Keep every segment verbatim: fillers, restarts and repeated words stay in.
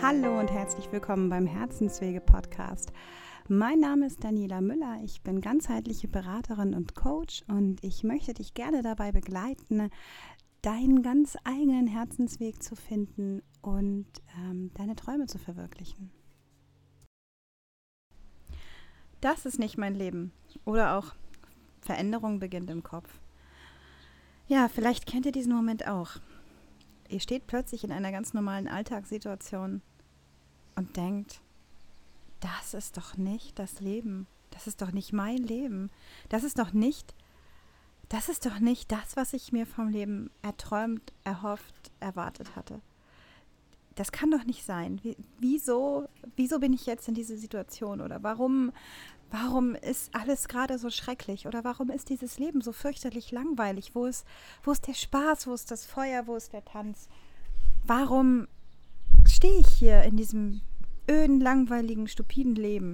Hallo und herzlich willkommen beim Herzenswege-Podcast. Mein Name ist Daniela Müller, ich bin ganzheitliche Beraterin und Coach und ich möchte dich gerne dabei begleiten, deinen ganz eigenen Herzensweg zu finden und ähm, deine Träume zu verwirklichen. Das ist nicht mein Leben. Oder auch Veränderung beginnt im Kopf. Ja, vielleicht kennt ihr diesen Moment auch. Ihr steht plötzlich in einer ganz normalen Alltagssituation und denkt, das ist doch nicht das Leben. Das ist doch nicht mein Leben. Das ist doch nicht, das ist doch nicht das, was ich mir vom Leben erträumt, erhofft, erwartet hatte. Das kann doch nicht sein. Wie, wieso, wieso bin ich jetzt in dieser Situation? Oder warum, warum ist alles gerade so schrecklich? Oder warum ist dieses Leben so fürchterlich langweilig? Wo ist, wo ist der Spaß? Wo ist das Feuer? Wo ist der Tanz? Warum stehe ich hier in diesem öden, langweiligen, stupiden Leben?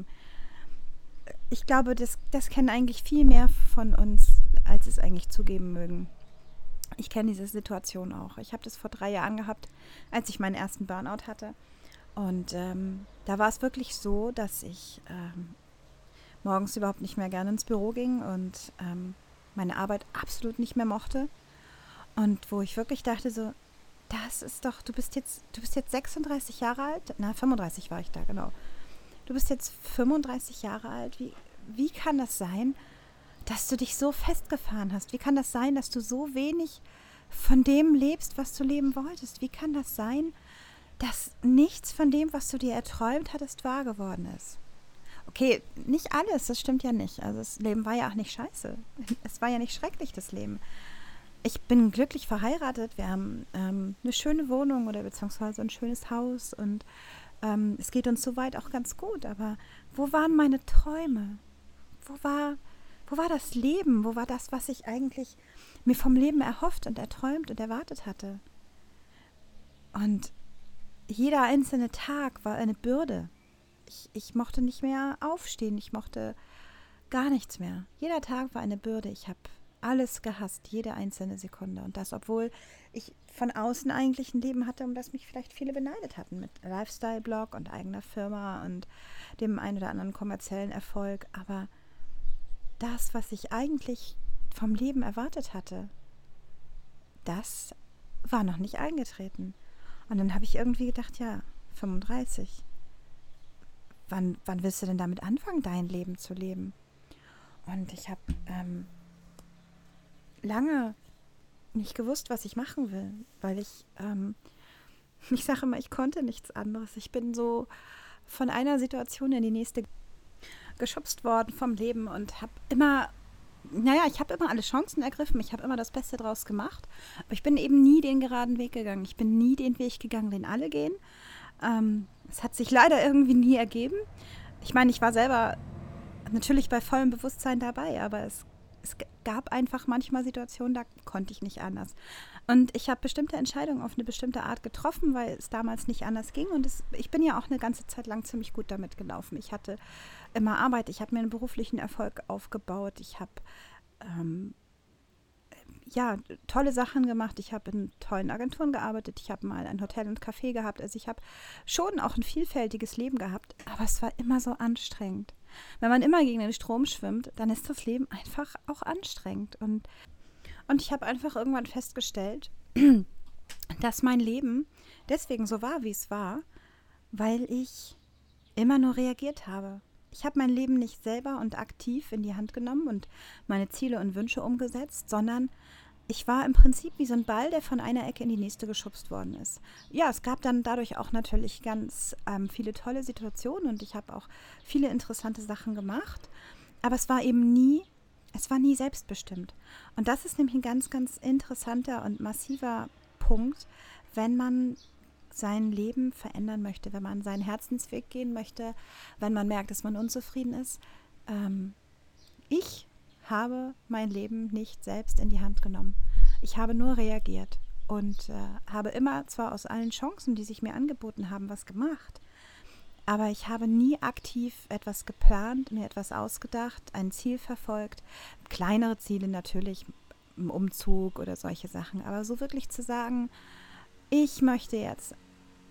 Ich glaube, das, das kennen eigentlich viel mehr von uns, als es eigentlich zugeben mögen. Ich kenne diese Situation auch. Ich habe das vor drei Jahren gehabt, als ich meinen ersten Burnout hatte. Und ähm, da war es wirklich so, dass ich ähm, morgens überhaupt nicht mehr gerne ins Büro ging und ähm, meine Arbeit absolut nicht mehr mochte. Und wo ich wirklich dachte so, das ist doch, du bist jetzt, du bist jetzt sechsunddreißig Jahre alt, na fünfunddreißig war ich da, genau. Du bist jetzt fünfunddreißig Jahre alt, wie, wie kann das sein, dass du dich so festgefahren hast? Wie kann das sein, dass du so wenig von dem lebst, was du leben wolltest? Wie kann das sein, dass nichts von dem, was du dir erträumt hattest, wahr geworden ist? Okay, nicht alles, das stimmt ja nicht. Also das Leben war ja auch nicht scheiße. Es war ja nicht schrecklich, das Leben. Ich bin glücklich verheiratet, wir haben ähm, eine schöne Wohnung oder beziehungsweise ein schönes Haus und ähm, es geht uns soweit auch ganz gut. Aber wo waren meine Träume? Wo war, wo war das Leben? Wo war das, was ich eigentlich mir vom Leben erhofft und erträumt und erwartet hatte? Und jeder einzelne Tag war eine Bürde. Ich, ich mochte nicht mehr aufstehen, ich mochte gar nichts mehr. Jeder Tag war eine Bürde. Ich habe alles gehasst, jede einzelne Sekunde. Und das, obwohl ich von außen eigentlich ein Leben hatte, um das mich vielleicht viele beneidet hatten. Mit Lifestyle-Blog und eigener Firma und dem einen oder anderen kommerziellen Erfolg. Aber das, was ich eigentlich vom Leben erwartet hatte, das war noch nicht eingetreten. Und dann habe ich irgendwie gedacht, ja, fünfunddreißig. Wann, wann willst du denn damit anfangen, dein Leben zu leben? Und ich habe ähm, lange nicht gewusst, was ich machen will, weil ich, ähm, ich sage immer, ich konnte nichts anderes. Ich bin so von einer Situation in die nächste geschubst worden vom Leben und habe immer, naja, ich habe immer alle Chancen ergriffen, ich habe immer das Beste draus gemacht, aber ich bin eben nie den geraden Weg gegangen. Ich bin nie den Weg gegangen, den alle gehen. Ähm, es hat sich leider irgendwie nie ergeben. Ich meine, ich war selber natürlich bei vollem Bewusstsein dabei, aber es Es gab einfach manchmal Situationen, da konnte ich nicht anders. Und ich habe bestimmte Entscheidungen auf eine bestimmte Art getroffen, weil es damals nicht anders ging. Und es, ich bin ja auch eine ganze Zeit lang ziemlich gut damit gelaufen. Ich hatte immer Arbeit, ich habe mir einen beruflichen Erfolg aufgebaut. Ich habe ähm, ja, tolle Sachen gemacht. Ich habe in tollen Agenturen gearbeitet. Ich habe mal ein Hotel und Café gehabt. Also ich habe schon auch ein vielfältiges Leben gehabt. Aber es war immer so anstrengend. Wenn man immer gegen den Strom schwimmt, dann ist das Leben einfach auch anstrengend. Und, und ich habe einfach irgendwann festgestellt, dass mein Leben deswegen so war, wie es war, weil ich immer nur reagiert habe. Ich habe mein Leben nicht selber und aktiv in die Hand genommen und meine Ziele und Wünsche umgesetzt, sondern ich war im Prinzip wie so ein Ball, der von einer Ecke in die nächste geschubst worden ist. Ja, es gab dann dadurch auch natürlich ganz ähm, viele tolle Situationen und ich habe auch viele interessante Sachen gemacht, aber es war eben nie, es war nie selbstbestimmt. Und das ist nämlich ein ganz, ganz interessanter und massiver Punkt, wenn man sein Leben verändern möchte, wenn man seinen Herzensweg gehen möchte, wenn man merkt, dass man unzufrieden ist. Ähm, ich habe mein Leben nicht selbst in die Hand genommen. Ich habe nur reagiert und äh, habe immer zwar aus allen Chancen, die sich mir angeboten haben, was gemacht, aber ich habe nie aktiv etwas geplant, mir etwas ausgedacht, ein Ziel verfolgt, kleinere Ziele natürlich, im Umzug oder solche Sachen, aber so wirklich zu sagen, ich möchte jetzt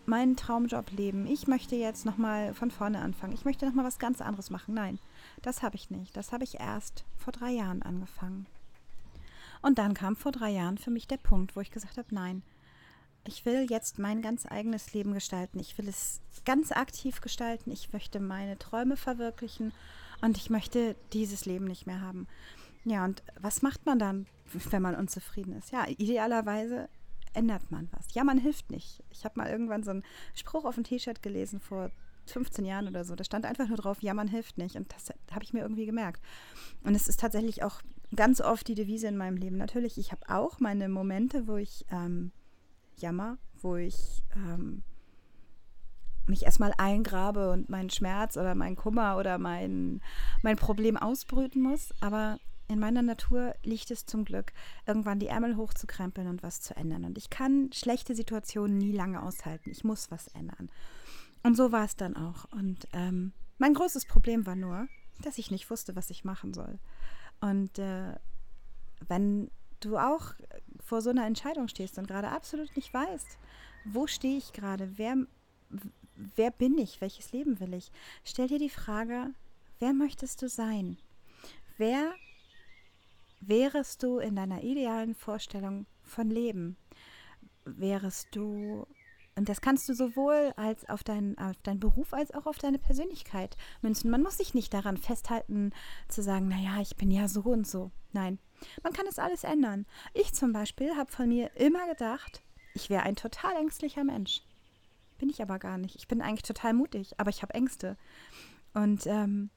meinen Traumjob leben. Ich möchte jetzt nochmal von vorne anfangen. Ich möchte nochmal was ganz anderes machen. Nein, das habe ich nicht. Das habe ich erst vor drei Jahren angefangen. Und dann kam vor drei Jahren für mich der Punkt, wo ich gesagt habe, nein, ich will jetzt mein ganz eigenes Leben gestalten. Ich will es ganz aktiv gestalten. Ich möchte meine Träume verwirklichen und ich möchte dieses Leben nicht mehr haben. Ja, und was macht man dann, wenn man unzufrieden ist? Ja, idealerweise ändert man was. Ja, man hilft nicht. Ich habe mal irgendwann so einen Spruch auf dem T-Shirt gelesen vor fünfzehn Jahren oder so. Da stand einfach nur drauf, ja, man hilft nicht. Und das habe ich mir irgendwie gemerkt. Und es ist tatsächlich auch ganz oft die Devise in meinem Leben. Natürlich, ich habe auch meine Momente, wo ich ähm, jammer, wo ich ähm, mich erstmal eingrabe und meinen Schmerz oder meinen Kummer oder mein, mein Problem ausbrüten muss. Aber in meiner Natur liegt es zum Glück, irgendwann die Ärmel hochzukrempeln und was zu ändern. Und ich kann schlechte Situationen nie lange aushalten. Ich muss was ändern. Und so war es dann auch. Und ähm, mein großes Problem war nur, dass ich nicht wusste, was ich machen soll. Und äh, wenn du auch vor so einer Entscheidung stehst und gerade absolut nicht weißt, wo stehe ich gerade, wer, wer bin ich, welches Leben will ich, stell dir die Frage, wer möchtest du sein? Wer wärest du in deiner idealen Vorstellung von Leben? Wärest du, und das kannst du sowohl als auf, dein, auf deinen Beruf als auch auf deine Persönlichkeit münzen. Man muss sich nicht daran festhalten, zu sagen, naja, ich bin ja so und so. Nein, man kann es alles ändern. Ich zum Beispiel habe von mir immer gedacht, ich wäre ein total ängstlicher Mensch. Bin ich aber gar nicht. Ich bin eigentlich total mutig, aber ich habe Ängste. Und, ähm,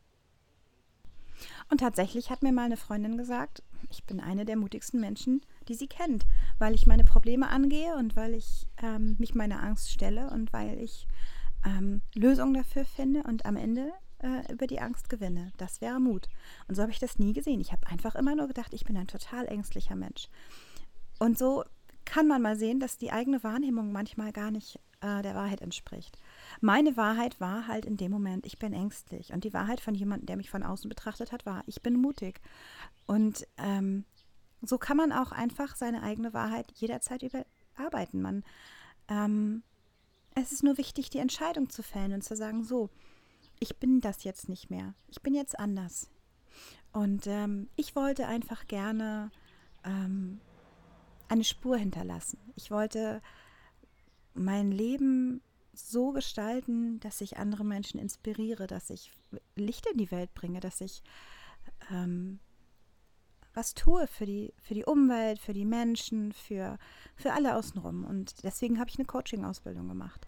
und tatsächlich hat mir mal eine Freundin gesagt, ich bin eine der mutigsten Menschen, die sie kennt, weil ich meine Probleme angehe und weil ich ähm, mich meiner Angst stelle und weil ich ähm, Lösungen dafür finde und am Ende äh, über die Angst gewinne. Das wäre Mut. Und so habe ich das nie gesehen. Ich habe einfach immer nur gedacht, ich bin ein total ängstlicher Mensch. Und so kann man mal sehen, dass die eigene Wahrnehmung manchmal gar nicht äh, der Wahrheit entspricht. Meine Wahrheit war halt in dem Moment, ich bin ängstlich. Und die Wahrheit von jemandem, der mich von außen betrachtet hat, war, ich bin mutig. Und ähm, so kann man auch einfach seine eigene Wahrheit jederzeit überarbeiten. Man, ähm, es ist nur wichtig, die Entscheidung zu fällen und zu sagen, so, ich bin das jetzt nicht mehr. Ich bin jetzt anders. Und ähm, ich wollte einfach gerne ähm, eine Spur hinterlassen. Ich wollte mein Leben so gestalten, dass ich andere Menschen inspiriere, dass ich Licht in die Welt bringe, dass ich ähm, was tue für die, für die Umwelt, für die Menschen, für, für alle außenrum. Und deswegen habe ich eine Coaching-Ausbildung gemacht.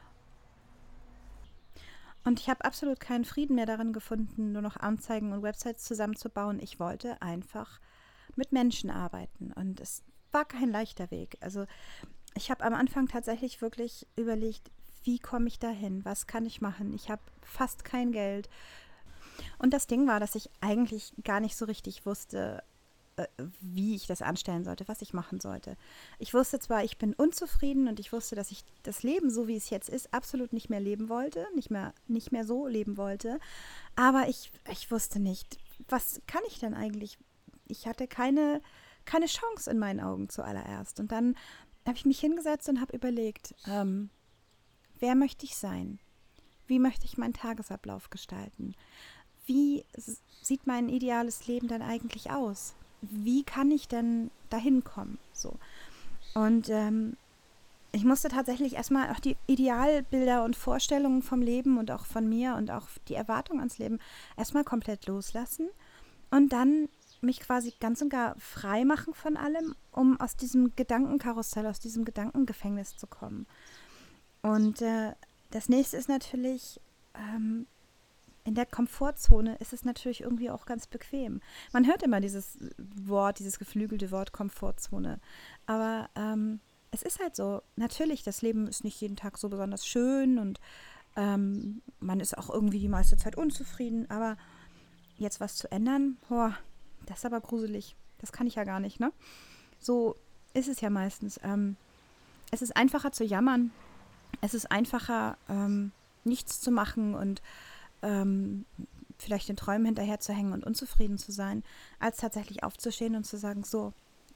Und ich habe absolut keinen Frieden mehr darin gefunden, nur noch Anzeigen und Websites zusammenzubauen. Ich wollte einfach mit Menschen arbeiten. Und es war kein leichter Weg. Also ich habe am Anfang tatsächlich wirklich überlegt, wie komme ich dahin? Was kann ich machen? Ich habe fast kein Geld. Und das Ding war, dass ich eigentlich gar nicht so richtig wusste, wie ich das anstellen sollte, was ich machen sollte. Ich wusste zwar, ich bin unzufrieden und ich wusste, dass ich das Leben, so wie es jetzt ist, absolut nicht mehr leben wollte, nicht mehr, nicht mehr so leben wollte, aber ich, ich wusste nicht, was kann ich denn eigentlich? Ich hatte keine, keine Chance in meinen Augen zuallererst. Und dann habe ich mich hingesetzt und habe überlegt, ähm, wer möchte ich sein? Wie möchte ich meinen Tagesablauf gestalten? Wie s- sieht mein ideales Leben dann eigentlich aus? Wie kann ich denn dahin kommen? So. Und ähm, ich musste tatsächlich erstmal auch die Idealbilder und Vorstellungen vom Leben und auch von mir und auch die Erwartungen ans Leben erstmal komplett loslassen und dann mich quasi ganz und gar frei machen von allem, um aus diesem Gedankenkarussell, aus diesem Gedankengefängnis zu kommen. Und äh, das nächste ist natürlich, ähm, in der Komfortzone ist es natürlich irgendwie auch ganz bequem. Man hört immer dieses Wort, dieses geflügelte Wort Komfortzone. Aber ähm, es ist halt so, natürlich, das Leben ist nicht jeden Tag so besonders schön und ähm, man ist auch irgendwie die meiste Zeit unzufrieden. Aber jetzt was zu ändern, boah, das ist aber gruselig. Das kann ich ja gar nicht, ne? So ist es ja meistens. Ähm, es ist einfacher zu jammern. Es ist einfacher, ähm, nichts zu machen und ähm, vielleicht den Träumen hinterher zu hängen und unzufrieden zu sein, als tatsächlich aufzustehen und zu sagen, so,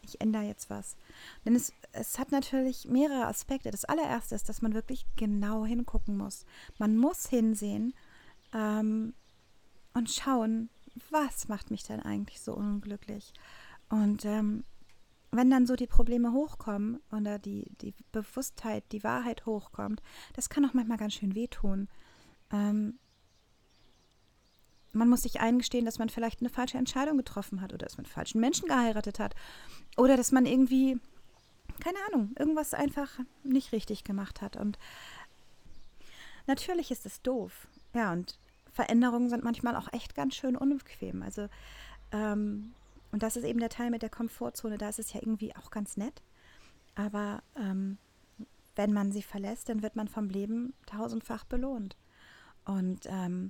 ich ändere jetzt was. Denn es, es hat natürlich mehrere Aspekte. Das allererste ist, dass man wirklich genau hingucken muss. Man muss hinsehen ähm, und schauen, was macht mich denn eigentlich so unglücklich? Und ähm, wenn dann so die Probleme hochkommen oder die, die Bewusstheit, die Wahrheit hochkommt, das kann auch manchmal ganz schön wehtun. Ähm, man muss sich eingestehen, dass man vielleicht eine falsche Entscheidung getroffen hat oder dass man einen falschen Menschen geheiratet hat oder dass man irgendwie, keine Ahnung, irgendwas einfach nicht richtig gemacht hat. Und natürlich ist es doof. Ja, und Veränderungen sind manchmal auch echt ganz schön unbequem. Also, ähm, und das ist eben der Teil mit der Komfortzone. Da ist es ja irgendwie auch ganz nett. Aber ähm, wenn man sie verlässt, dann wird man vom Leben tausendfach belohnt. Und ähm,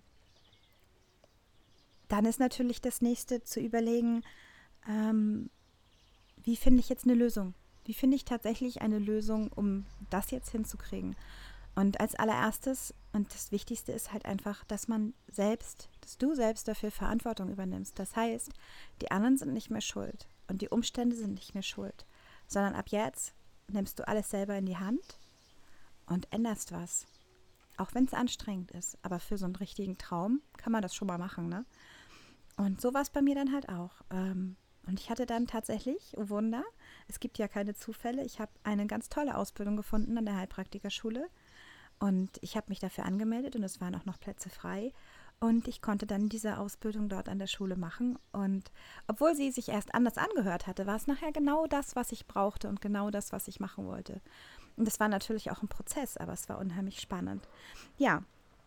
dann ist natürlich das Nächste zu überlegen, ähm, wie finde ich jetzt eine Lösung? Wie finde ich tatsächlich eine Lösung, um das jetzt hinzukriegen? Und als allererstes und das Wichtigste ist halt einfach, dass man selbst, dass du selbst dafür Verantwortung übernimmst. Das heißt, die anderen sind nicht mehr schuld und die Umstände sind nicht mehr schuld, sondern ab jetzt nimmst du alles selber in die Hand und änderst was. Auch wenn es anstrengend ist, aber für so einen richtigen Traum kann man das schon mal machen, ne? Und so war es bei mir dann halt auch. Ähm, und ich hatte dann tatsächlich, oh Wunder, es gibt ja keine Zufälle, ich habe eine ganz tolle Ausbildung gefunden an der Heilpraktikerschule. Und ich habe mich dafür angemeldet und es waren auch noch Plätze frei. Und ich konnte dann diese Ausbildung dort an der Schule machen. Und obwohl sie sich erst anders angehört hatte, war es nachher genau das, was ich brauchte und genau das, was ich machen wollte. Und das war natürlich auch ein Prozess, aber es war unheimlich spannend. Ja,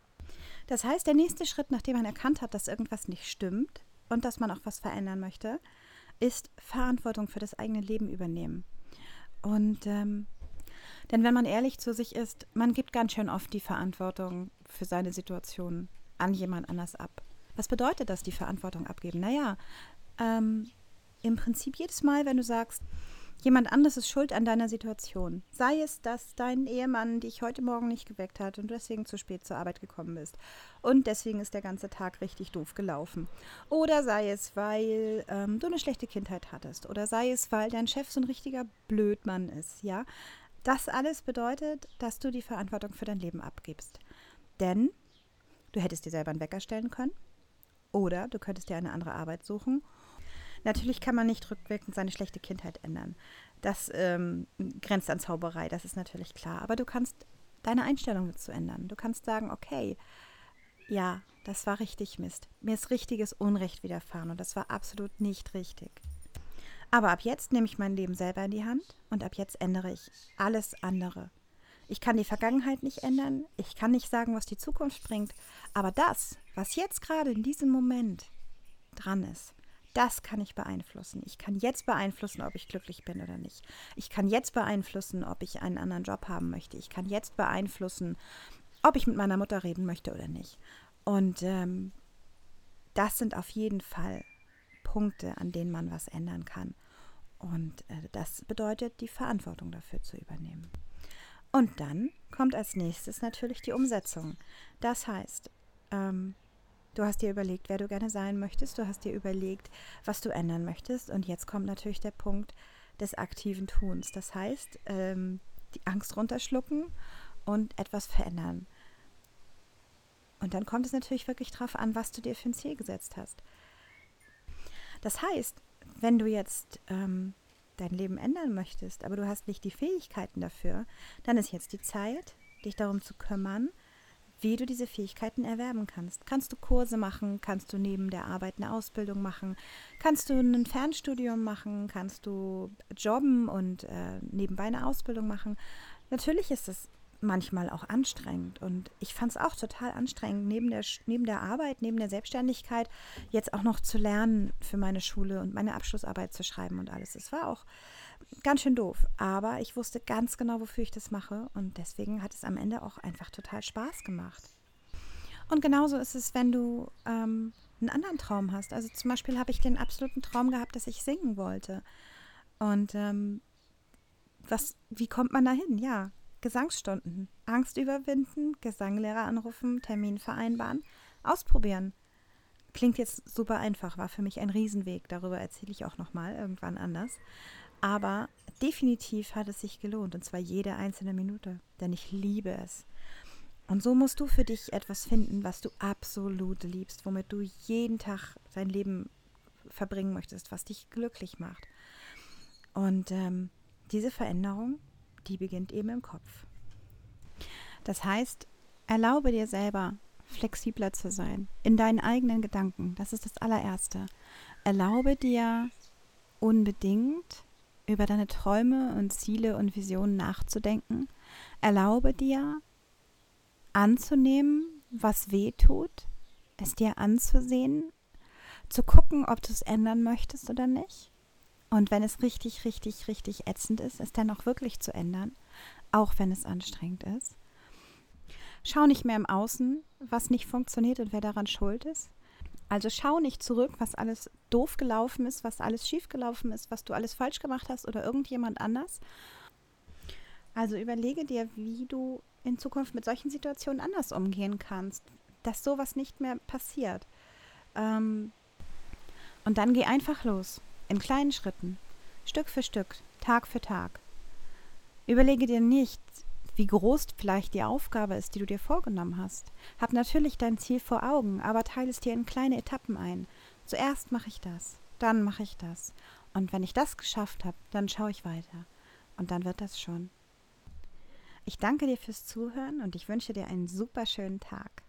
das heißt, der nächste Schritt, nachdem man erkannt hat, dass irgendwas nicht stimmt und dass man auch was verändern möchte, ist Verantwortung für das eigene Leben übernehmen. Und ähm, Denn wenn man ehrlich zu sich ist, man gibt ganz schön oft die Verantwortung für seine Situation an jemand anders ab. Was bedeutet das, die Verantwortung abgeben? Naja, ähm, im Prinzip jedes Mal, wenn du sagst, jemand anderes ist schuld an deiner Situation. Sei es, dass dein Ehemann dich heute Morgen nicht geweckt hat und deswegen zu spät zur Arbeit gekommen bist. Und deswegen ist der ganze Tag richtig doof gelaufen. Oder sei es, weil ähm, du eine schlechte Kindheit hattest. Oder sei es, weil dein Chef so ein richtiger Blödmann ist, ja. Das alles bedeutet, dass du die Verantwortung für dein Leben abgibst. Denn du hättest dir selber einen Wecker stellen können oder du könntest dir eine andere Arbeit suchen. Natürlich kann man nicht rückwirkend seine schlechte Kindheit ändern. Das ähm, grenzt an Zauberei, das ist natürlich klar. Aber du kannst deine Einstellung dazu ändern. Du kannst sagen, okay, ja, das war richtig Mist. Mir ist richtiges Unrecht widerfahren und das war absolut nicht richtig. Aber ab jetzt nehme ich mein Leben selber in die Hand und ab jetzt ändere ich alles andere. Ich kann die Vergangenheit nicht ändern, ich kann nicht sagen, was die Zukunft bringt, aber das, was jetzt gerade in diesem Moment dran ist, das kann ich beeinflussen. Ich kann jetzt beeinflussen, ob ich glücklich bin oder nicht. Ich kann jetzt beeinflussen, ob ich einen anderen Job haben möchte. Ich kann jetzt beeinflussen, ob ich mit meiner Mutter reden möchte oder nicht. Und ähm, das sind auf jeden Fall Punkte, an denen man was ändern kann. Und äh, das bedeutet, die Verantwortung dafür zu übernehmen. Und dann kommt als nächstes natürlich die Umsetzung. Das heißt, ähm, du hast dir überlegt, wer du gerne sein möchtest. Du hast dir überlegt, was du ändern möchtest. Und jetzt kommt natürlich der Punkt des aktiven Tuns. Das heißt, ähm, die Angst runterschlucken und etwas verändern. Und dann kommt es natürlich wirklich darauf an, was du dir für ein Ziel gesetzt hast. Das heißt, wenn du jetzt ähm, dein Leben ändern möchtest, aber du hast nicht die Fähigkeiten dafür, dann ist jetzt die Zeit, dich darum zu kümmern, wie du diese Fähigkeiten erwerben kannst. Kannst du Kurse machen? Kannst du neben der Arbeit eine Ausbildung machen? Kannst du ein Fernstudium machen? Kannst du jobben und äh, nebenbei eine Ausbildung machen? Natürlich ist es manchmal auch anstrengend und ich fand es auch total anstrengend, neben der, neben der Arbeit, neben der Selbstständigkeit jetzt auch noch zu lernen für meine Schule und meine Abschlussarbeit zu schreiben und alles. Es war auch ganz schön doof, aber ich wusste ganz genau, wofür ich das mache und deswegen hat es am Ende auch einfach total Spaß gemacht. Und genauso ist es, wenn du ähm, einen anderen Traum hast. Also zum Beispiel habe ich den absoluten Traum gehabt, dass ich singen wollte. Und ähm, was, wie kommt man da hin? Ja, Gesangsstunden, Angst überwinden, Gesanglehrer anrufen, Termin vereinbaren, ausprobieren. Klingt jetzt super einfach, war für mich ein Riesenweg, darüber erzähle ich auch nochmal irgendwann anders. Aber definitiv hat es sich gelohnt, und zwar jede einzelne Minute, denn ich liebe es. Und so musst du für dich etwas finden, was du absolut liebst, womit du jeden Tag dein Leben verbringen möchtest, was dich glücklich macht. Und ähm, diese Veränderung, die beginnt eben im Kopf. Das heißt, erlaube dir selber, flexibler zu sein, in deinen eigenen Gedanken. Das ist das allererste. Erlaube dir unbedingt, über deine Träume und Ziele und Visionen nachzudenken. Erlaube dir, anzunehmen, was weh tut, es dir anzusehen, zu gucken, ob du es ändern möchtest oder nicht. Und wenn es richtig, richtig, richtig ätzend ist, es dann auch wirklich zu ändern, auch wenn es anstrengend ist. Schau nicht mehr im Außen, was nicht funktioniert und wer daran schuld ist. Also schau nicht zurück, was alles doof gelaufen ist, was alles schief gelaufen ist, was du alles falsch gemacht hast oder irgendjemand anders. Also überlege dir, wie du in Zukunft mit solchen Situationen anders umgehen kannst, dass sowas nicht mehr passiert. Ähm, und dann geh einfach los, in kleinen Schritten, Stück für Stück, Tag für Tag. Überlege dir nicht, wie groß vielleicht die Aufgabe ist, die du dir vorgenommen hast. Hab natürlich dein Ziel vor Augen, aber teile es dir in kleine Etappen ein. Zuerst mache ich das, dann mache ich das. Und wenn ich das geschafft habe, dann schaue ich weiter. Und dann wird das schon. Ich danke dir fürs Zuhören und ich wünsche dir einen super schönen Tag.